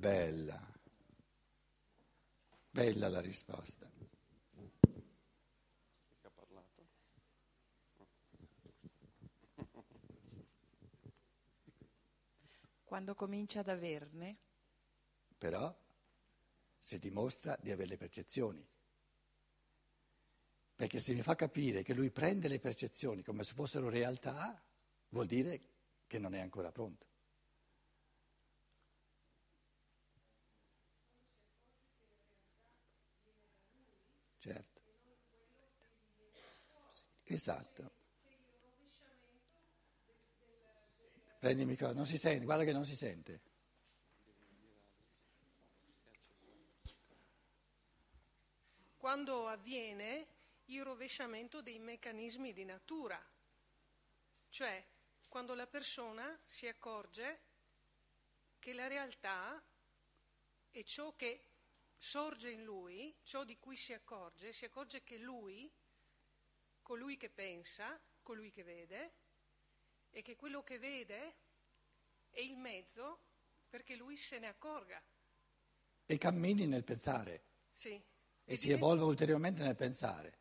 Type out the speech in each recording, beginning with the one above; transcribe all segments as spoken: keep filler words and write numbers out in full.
bella, bella la risposta. Chi ha parlato? Quando comincia ad averne, Però si dimostra di avere le percezioni. Perché se mi fa capire che lui prende le percezioni come se fossero realtà, vuol dire che non è ancora pronto. Certo. Esatto. Prendi il microfono, non si sente, guarda che non si sente. Quando avviene il rovesciamento dei meccanismi di natura, cioè quando la persona si accorge che la realtà è ciò che sorge in lui, ciò di cui si accorge, si accorge che lui, colui che pensa, colui che vede, e che quello che vede è il mezzo perché lui se ne accorga. E cammini nel pensare. Sì. E, e si diventa... evolve ulteriormente nel pensare.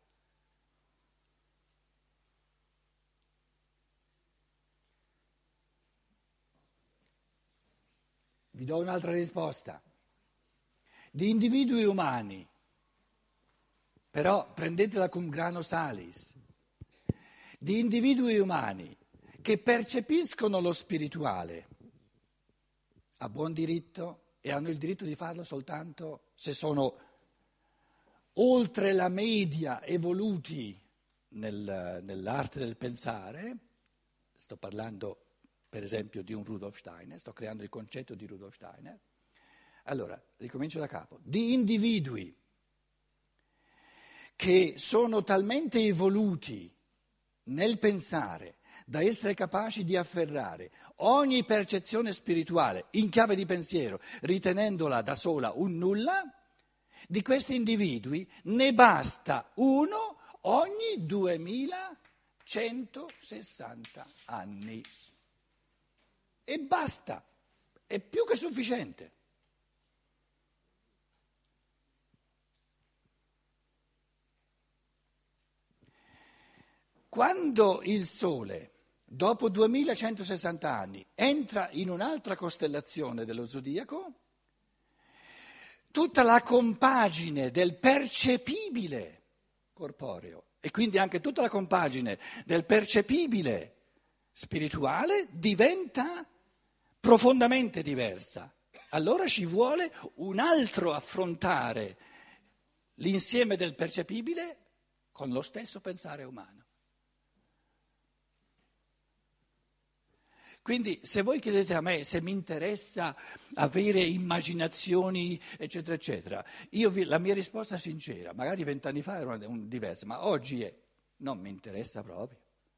Vi do un'altra risposta. Di individui umani, però prendetela cum grano salis, di individui umani che percepiscono lo spirituale a buon diritto e hanno il diritto di farlo soltanto se sono oltre la media evoluti nel, nell'arte del pensare. Sto parlando per esempio di un Rudolf Steiner, sto creando il concetto di Rudolf Steiner. Allora, ricomincio da capo. Di individui che sono talmente evoluti nel pensare da essere capaci di afferrare ogni percezione spirituale in chiave di pensiero, ritenendola da sola un nulla, di questi individui ne basta uno ogni duemilacentosessanta anni. E basta, è più che sufficiente. Quando il Sole, dopo duemilacentosessanta anni, entra in un'altra costellazione dello zodiaco, tutta la compagine del percepibile corporeo e quindi anche tutta la compagine del percepibile spirituale diventa profondamente diversa. Allora ci vuole un altro affrontare l'insieme del percepibile con lo stesso pensare umano. Quindi se voi chiedete a me se mi interessa avere immaginazioni, eccetera, eccetera, io vi, la mia risposta sincera, magari vent'anni fa era una, un, diversa, ma oggi è, non mi interessa proprio.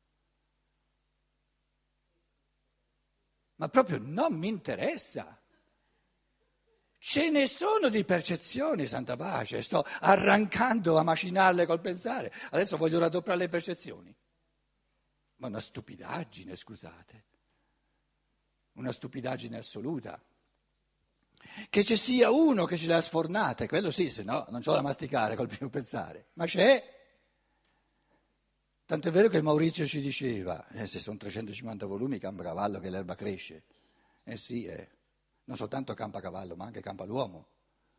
Ma proprio non mi interessa. Ce ne sono di percezioni, santa pace, sto arrancando a macinarle col pensare, adesso voglio raddoppiare le percezioni. Ma una stupidaggine, scusate. Una stupidaggine assoluta. Che ci sia uno che ce le ha sfornate, quello sì, se no non c'ho da masticare col primo pensare, ma c'è. Tanto è vero che Maurizio ci diceva, eh, se sono trecentocinquanta volumi campa cavallo che l'erba cresce. Eh sì, eh, non soltanto campa cavallo, ma anche campa l'uomo.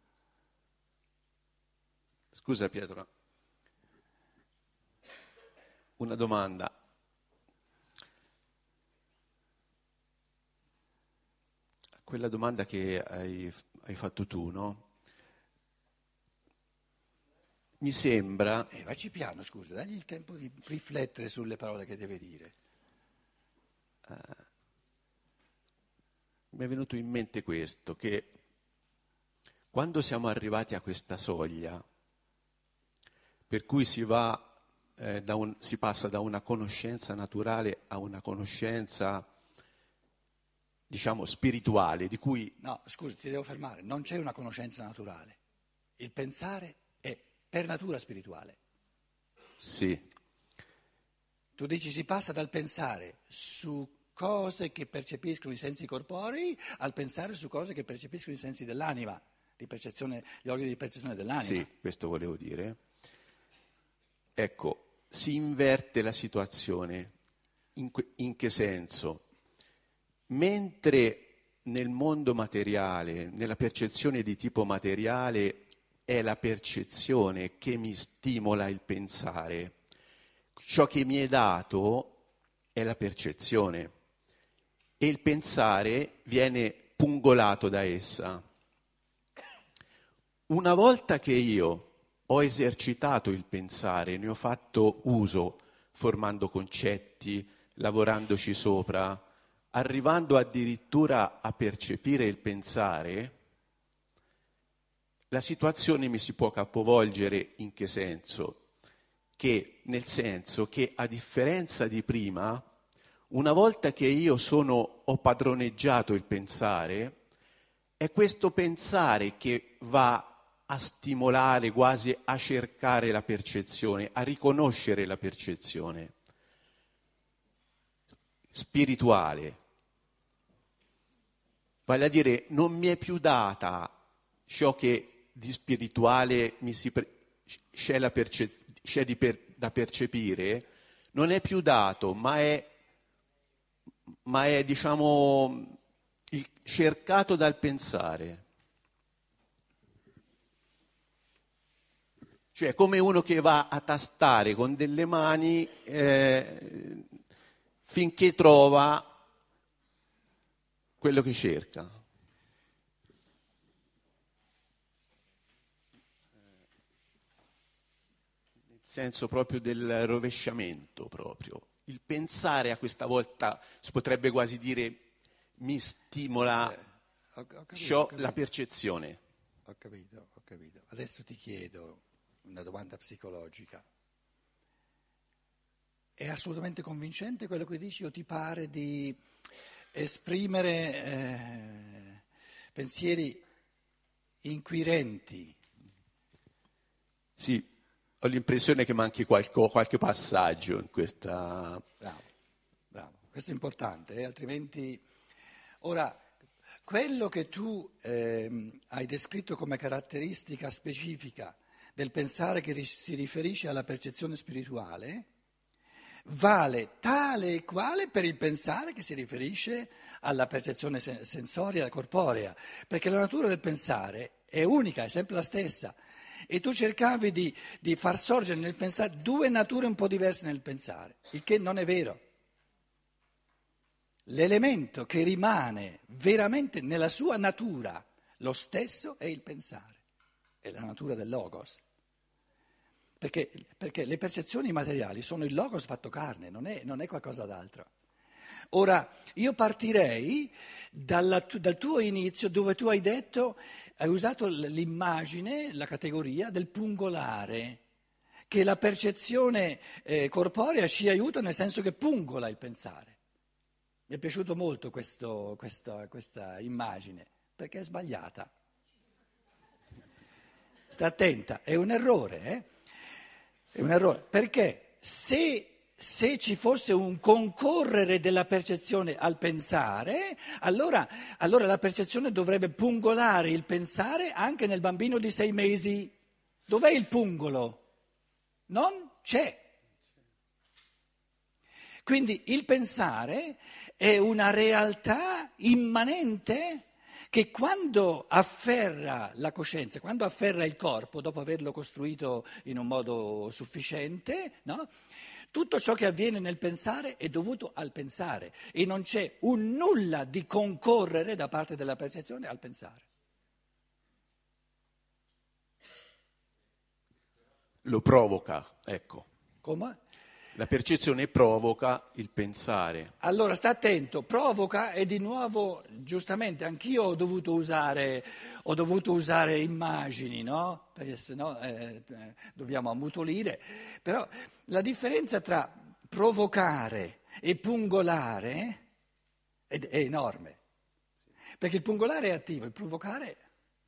Scusa Pietro, una domanda. Quella domanda che hai, hai fatto tu, no? Mi sembra... Eh, vacci piano, scusa, dagli il tempo di riflettere sulle parole che deve dire. Eh, mi è venuto in mente questo, che quando siamo arrivati a questa soglia, per cui si va, eh, da un, si passa da una conoscenza naturale a una conoscenza, diciamo, spirituale, di cui... No, scusa, ti devo fermare, non c'è una conoscenza naturale. Il pensare è per natura spirituale. Sì. Tu dici si passa dal pensare su cose che percepiscono i sensi corporei al pensare su cose che percepiscono i sensi dell'anima, di percezione, gli organi di percezione dell'anima. Sì, questo volevo dire. Ecco, si inverte la situazione. In, que- in che senso? Mentre nel mondo materiale, nella percezione di tipo materiale, è la percezione che mi stimola il pensare. Ciò che mi è dato è la percezione e il pensare viene pungolato da essa. Una volta che io ho esercitato il pensare, ne ho fatto uso, formando concetti, lavorandoci sopra, arrivando addirittura a percepire il pensare, la situazione mi si può capovolgere in che senso? Che nel senso che a differenza di prima, una volta che io sono, ho padroneggiato il pensare, è questo pensare che va a stimolare, quasi a cercare la percezione, a riconoscere la percezione spirituale. Vale a dire, non mi è più data ciò che di spirituale mi si pre- c'è, la perce- c'è di per- da percepire, non è più dato, ma è, ma è diciamo, il cercato dal pensare. Cioè come uno che va a tastare con delle mani eh, finché trova quello che cerca. Nel senso proprio del rovesciamento proprio. Il pensare a questa volta si potrebbe quasi dire mi stimola Sì, ho- ho capito, ciò, ho capito. la percezione. Ho capito, ho capito. Adesso ti chiedo una domanda psicologica. È assolutamente convincente quello che dici o ti pare di esprimere eh, pensieri inquirenti? Sì, ho l'impressione che manchi qualco- qualche passaggio in questa... Bravo, bravo. Questo è importante, eh, altrimenti... Ora, quello che tu ehm, hai descritto come caratteristica specifica del pensare che ri- si riferisce alla percezione spirituale vale tale e quale per il pensare che si riferisce alla percezione sen- sensoria corporea, perché la natura del pensare è unica, è sempre la stessa. E tu cercavi di, di far sorgere nel pensare due nature un po' diverse nel pensare, il che non è vero. L'elemento che rimane veramente nella sua natura lo stesso è il pensare, è la natura del logos. Perché, perché le percezioni materiali sono il logos fatto carne, non è, non è qualcosa d'altro. Ora, io partirei dalla, dal tuo inizio dove tu hai detto, hai usato l'immagine, la categoria del pungolare, che la percezione eh, corporea ci aiuta nel senso che pungola il pensare. Mi è piaciuto molto questo, questa, questa immagine, perché è sbagliata. Sta attenta, è un errore, eh? È un errore, perché se, se ci fosse un concorrere della percezione al pensare, allora, allora la percezione dovrebbe pungolare il pensare anche nel bambino di sei mesi. Dov'è il pungolo? Non c'è. Quindi il pensare è una realtà immanente che quando afferra la coscienza, quando afferra il corpo, dopo averlo costruito in un modo sufficiente, no? Tutto ciò che avviene nel pensare è dovuto al pensare e non c'è un nulla di concorrere da parte della percezione al pensare. Lo provoca, ecco. Come? La percezione provoca il pensare. Allora sta attento, provoca e di nuovo, giustamente, anch'io ho dovuto usare, ho dovuto usare immagini, no? Perché sennò eh, eh, dobbiamo ammutolire. Però la differenza tra provocare e pungolare è, è enorme. Perché il pungolare è attivo, il provocare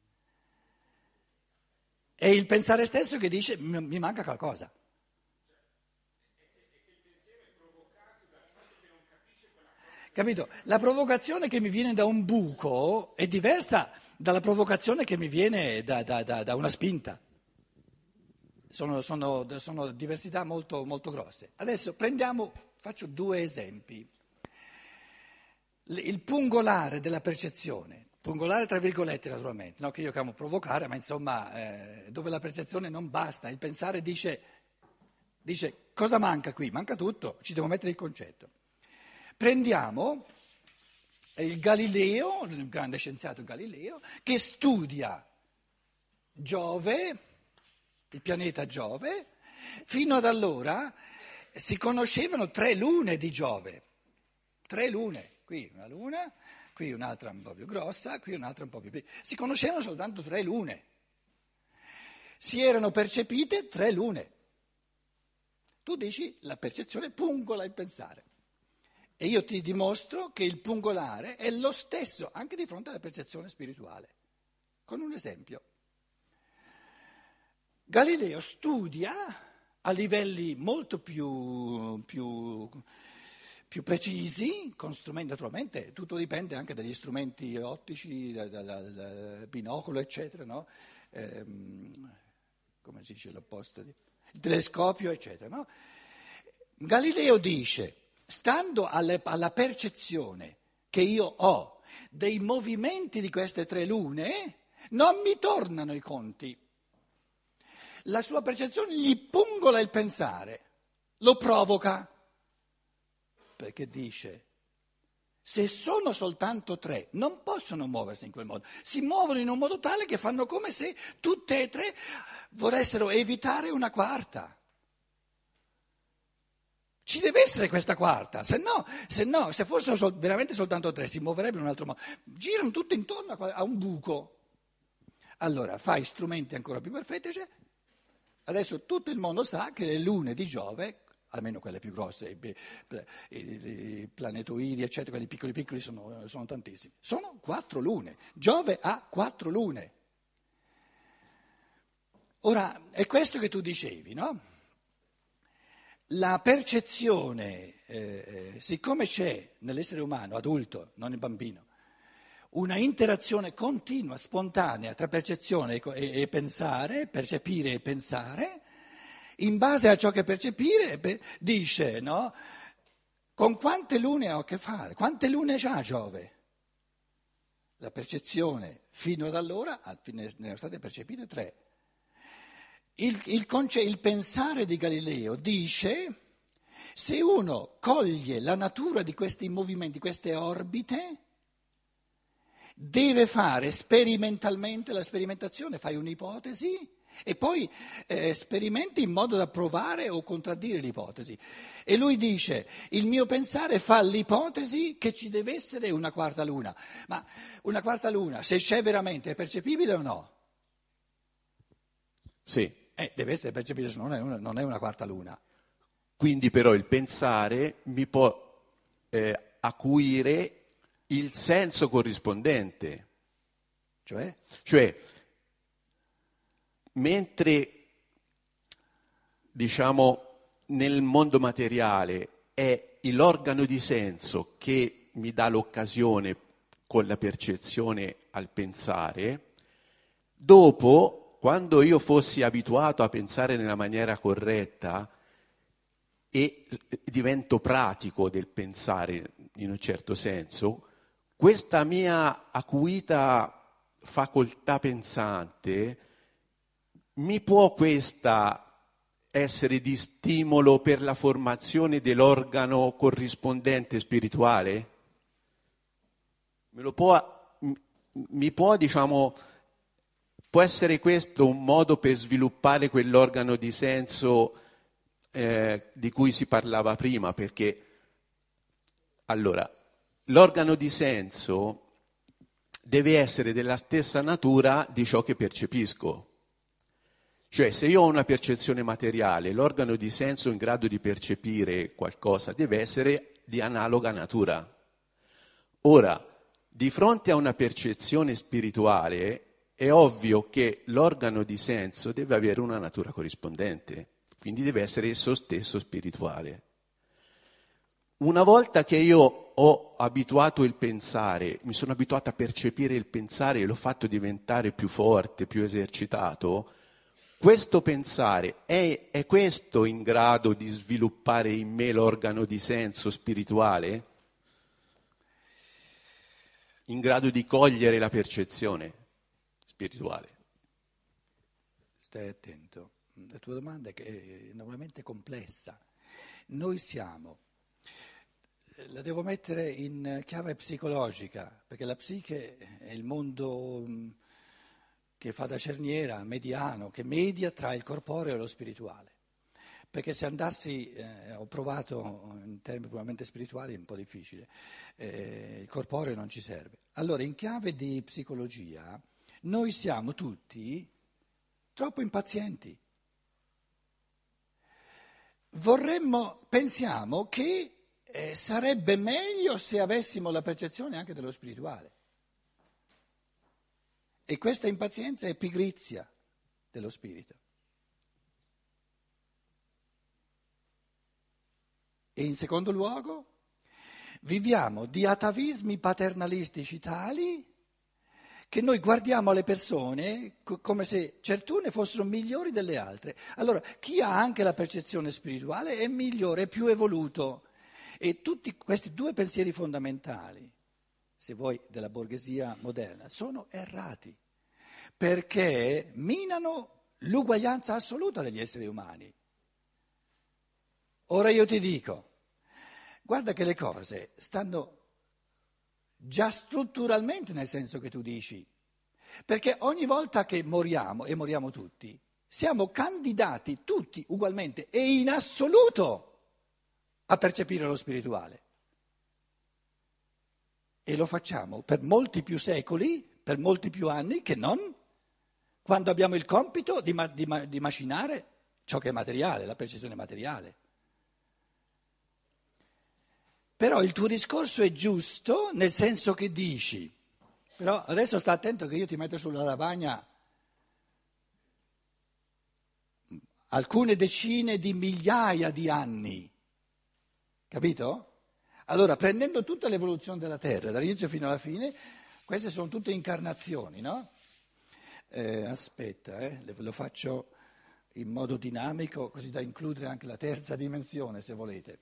è il pensare stesso che dice mi, mi manca qualcosa. Capito? La provocazione che mi viene da un buco è diversa dalla provocazione che mi viene da, da, da, da una spinta. Sono, sono, sono diversità molto, molto grosse. Adesso prendiamo, faccio due esempi. Il pungolare della percezione, pungolare tra virgolette naturalmente, no? Che io chiamo provocare, ma insomma eh, dove la percezione non basta, il pensare dice, dice cosa manca qui? Manca tutto, ci devo mettere il concetto. Prendiamo il Galileo, il grande scienziato Galileo, che studia Giove, il pianeta Giove. Fino ad allora si conoscevano tre lune di Giove, tre lune, qui una luna, qui un'altra un po' più grossa, qui un'altra un po' più piccola. Si conoscevano soltanto tre lune, si erano percepite tre lune. Tu dici la percezione pungola il pensare. E io ti dimostro che il pungolare è lo stesso anche di fronte alla percezione spirituale. Con un esempio. Galileo studia a livelli molto più, più, più precisi, con strumenti, naturalmente tutto dipende anche dagli strumenti ottici, dal da, da, da binocolo, eccetera, no? Ehm, come si dice l'opposto? Di, il telescopio, eccetera, no? Galileo dice, stando alle, alla percezione che io ho dei movimenti di queste tre lune, non mi tornano i conti. La sua percezione gli pungola il pensare, lo provoca, perché dice, se sono soltanto tre, non possono muoversi in quel modo, si muovono in un modo tale che fanno come se tutte e tre volessero evitare una quarta. Ci deve essere questa quarta, se no, se, no, se fossero sol- veramente soltanto tre si muoverebbero in un altro modo, girano tutte intorno a, a un buco. Allora fai strumenti ancora più perfetti, cioè, adesso tutto il mondo sa che le lune di Giove, almeno quelle più grosse, i, i, i planetoidi, eccetera, quelli piccoli piccoli sono, sono tantissimi, sono quattro lune. Giove ha quattro lune. Ora, è questo che tu dicevi, no? La percezione, eh, siccome c'è nell'essere umano, adulto, non il bambino, una interazione continua, spontanea tra percezione e, e, e pensare, percepire e pensare, in base a ciò che percepire per, dice, no? Con quante lune ho a che fare? Quante lune c'ha Giove? La percezione fino ad allora ne erano state percepite tre. Il, il, conce- il pensare di Galileo dice, se uno coglie la natura di questi movimenti, queste orbite, deve fare sperimentalmente la sperimentazione, fai un'ipotesi e poi eh, sperimenti in modo da provare o contraddire l'ipotesi. E lui dice, il mio pensare fa l'ipotesi che ci deve essere una quarta luna. Ma una quarta luna, se c'è veramente, è percepibile o no? Sì. Eh, deve essere percepibile, se non è una, non è una quarta luna. Quindi però il pensare mi può eh, acuire il senso corrispondente. Cioè? Cioè, mentre, diciamo, nel mondo materiale è l'organo di senso che mi dà l'occasione con la percezione al pensare, dopo, quando io fossi abituato a pensare nella maniera corretta e divento pratico del pensare in un certo senso, questa mia acuita facoltà pensante mi può questa essere di stimolo per la formazione dell'organo corrispondente spirituale? Me lo può, mi può, diciamo, può essere questo un modo per sviluppare quell'organo di senso eh, di cui si parlava prima? Perché, allora, l'organo di senso deve essere della stessa natura di ciò che percepisco. Cioè, se io ho una percezione materiale, l'organo di senso in grado di percepire qualcosa deve essere di analoga natura. Ora, di fronte a una percezione spirituale, è ovvio che l'organo di senso deve avere una natura corrispondente, quindi deve essere esso stesso spirituale. Una volta che io ho abituato il pensare, mi sono abituato a percepire il pensare e l'ho fatto diventare più forte, più esercitato, questo pensare è, è questo in grado di sviluppare in me l'organo di senso spirituale? In grado di cogliere la percezione spirituale? Stai attento, la tua domanda è enormemente complessa. Noi siamo, la devo mettere in chiave psicologica, perché la psiche è il mondo che fa da cerniera, mediano, che media tra il corporeo e lo spirituale. Perché se andassi, eh, ho provato in termini puramente spirituali, è un po' difficile, eh, il corporeo non ci serve. Allora, in chiave di psicologia, noi siamo tutti troppo impazienti. Vorremmo, pensiamo che eh, sarebbe meglio se avessimo la percezione anche dello spirituale. E questa impazienza è pigrizia dello spirito. E in secondo luogo, viviamo di atavismi paternalistici tali che noi guardiamo le persone come se certune fossero migliori delle altre. Allora, chi ha anche la percezione spirituale è migliore, è più evoluto. E tutti questi due pensieri fondamentali, se vuoi, della borghesia moderna, sono errati, perché minano l'uguaglianza assoluta degli esseri umani. Ora io ti dico, guarda che le cose stanno già strutturalmente nel senso che tu dici, perché ogni volta che moriamo, e moriamo tutti, siamo candidati tutti ugualmente e in assoluto a percepire lo spirituale. E lo facciamo per molti più secoli, per molti più anni che non quando abbiamo il compito di, ma, di, ma, di macinare ciò che è materiale, la percezione materiale. Però il tuo discorso è giusto nel senso che dici, però adesso sta attento che io ti metto sulla lavagna alcune decine di migliaia di anni, capito? Allora, prendendo tutta l'evoluzione della Terra, dall'inizio fino alla fine, queste sono tutte incarnazioni, no? Eh, aspetta, eh, lo faccio in modo dinamico, così da includere anche la terza dimensione, se volete.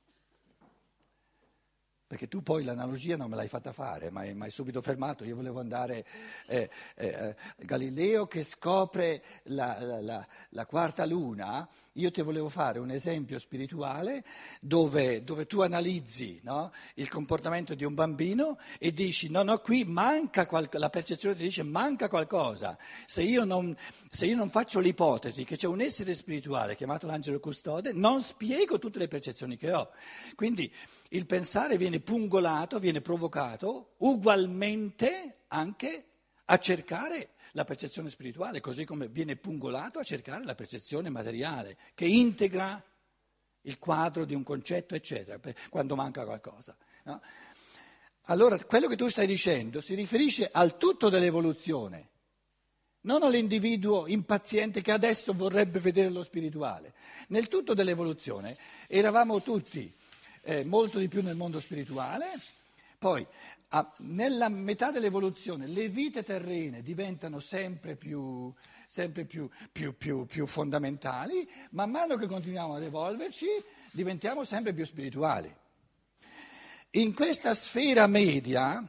Perché tu poi l'analogia non me l'hai fatta fare, ma hai subito fermato. Io volevo andare, eh, eh, Galileo che scopre la, la, la, la quarta luna, io ti volevo fare un esempio spirituale dove, dove tu analizzi, no, il comportamento di un bambino e dici no, no, qui manca qualcosa, la percezione ti dice manca qualcosa. Se io, non, se io non faccio l'ipotesi che c'è un essere spirituale chiamato l'angelo custode, non spiego tutte le percezioni che ho. Quindi il pensare viene pungolato, viene provocato ugualmente anche a cercare la percezione spirituale, così come viene pungolato a cercare la percezione materiale, che integra il quadro di un concetto, eccetera, quando manca qualcosa. No? Allora, quello che tu stai dicendo si riferisce al tutto dell'evoluzione, non all'individuo impaziente che adesso vorrebbe vedere lo spirituale. Nel tutto dell'evoluzione eravamo tutti Eh, molto di più nel mondo spirituale, poi a, nella metà dell'evoluzione le vite terrene diventano sempre più, sempre più, più, più, più fondamentali, man mano che continuiamo ad evolverci diventiamo sempre più spirituali. In questa sfera media,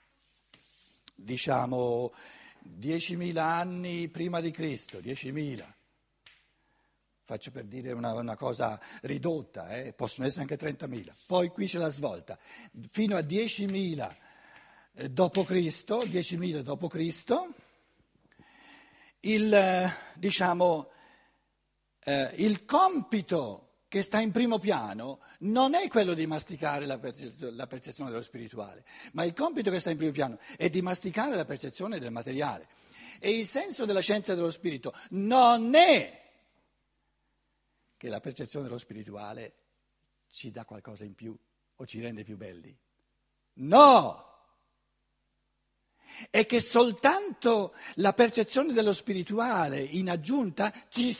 diciamo diecimila anni prima di Cristo, diecimila, faccio per dire una, una cosa ridotta, eh? Possono essere anche trentamila. Poi qui c'è la svolta, fino a diecimila dopo Cristo, diecimila dopo Cristo, il, diciamo, eh, il compito che sta in primo piano non è quello di masticare la, percezio, la percezione dello spirituale, ma il compito che sta in primo piano è di masticare la percezione del materiale. E il senso della scienza dello spirito non è che la percezione dello spirituale ci dà qualcosa in più o ci rende più belli. No! È che soltanto la percezione dello spirituale in aggiunta ci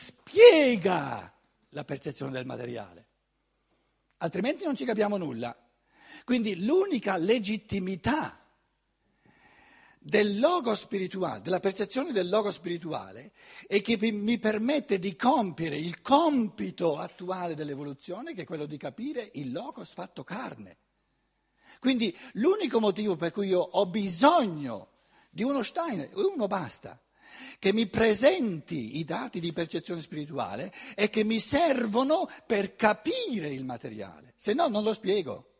spiega la percezione del materiale. Altrimenti non ci capiamo nulla. Quindi l'unica legittimità del logo spirituale, della percezione del logo spirituale, è che mi permette di compiere il compito attuale dell'evoluzione, che è quello di capire il logos fatto carne. Quindi l'unico motivo per cui io ho bisogno di uno Steiner, uno basta, che mi presenti i dati di percezione spirituale e che mi servono per capire il materiale, se no non lo spiego.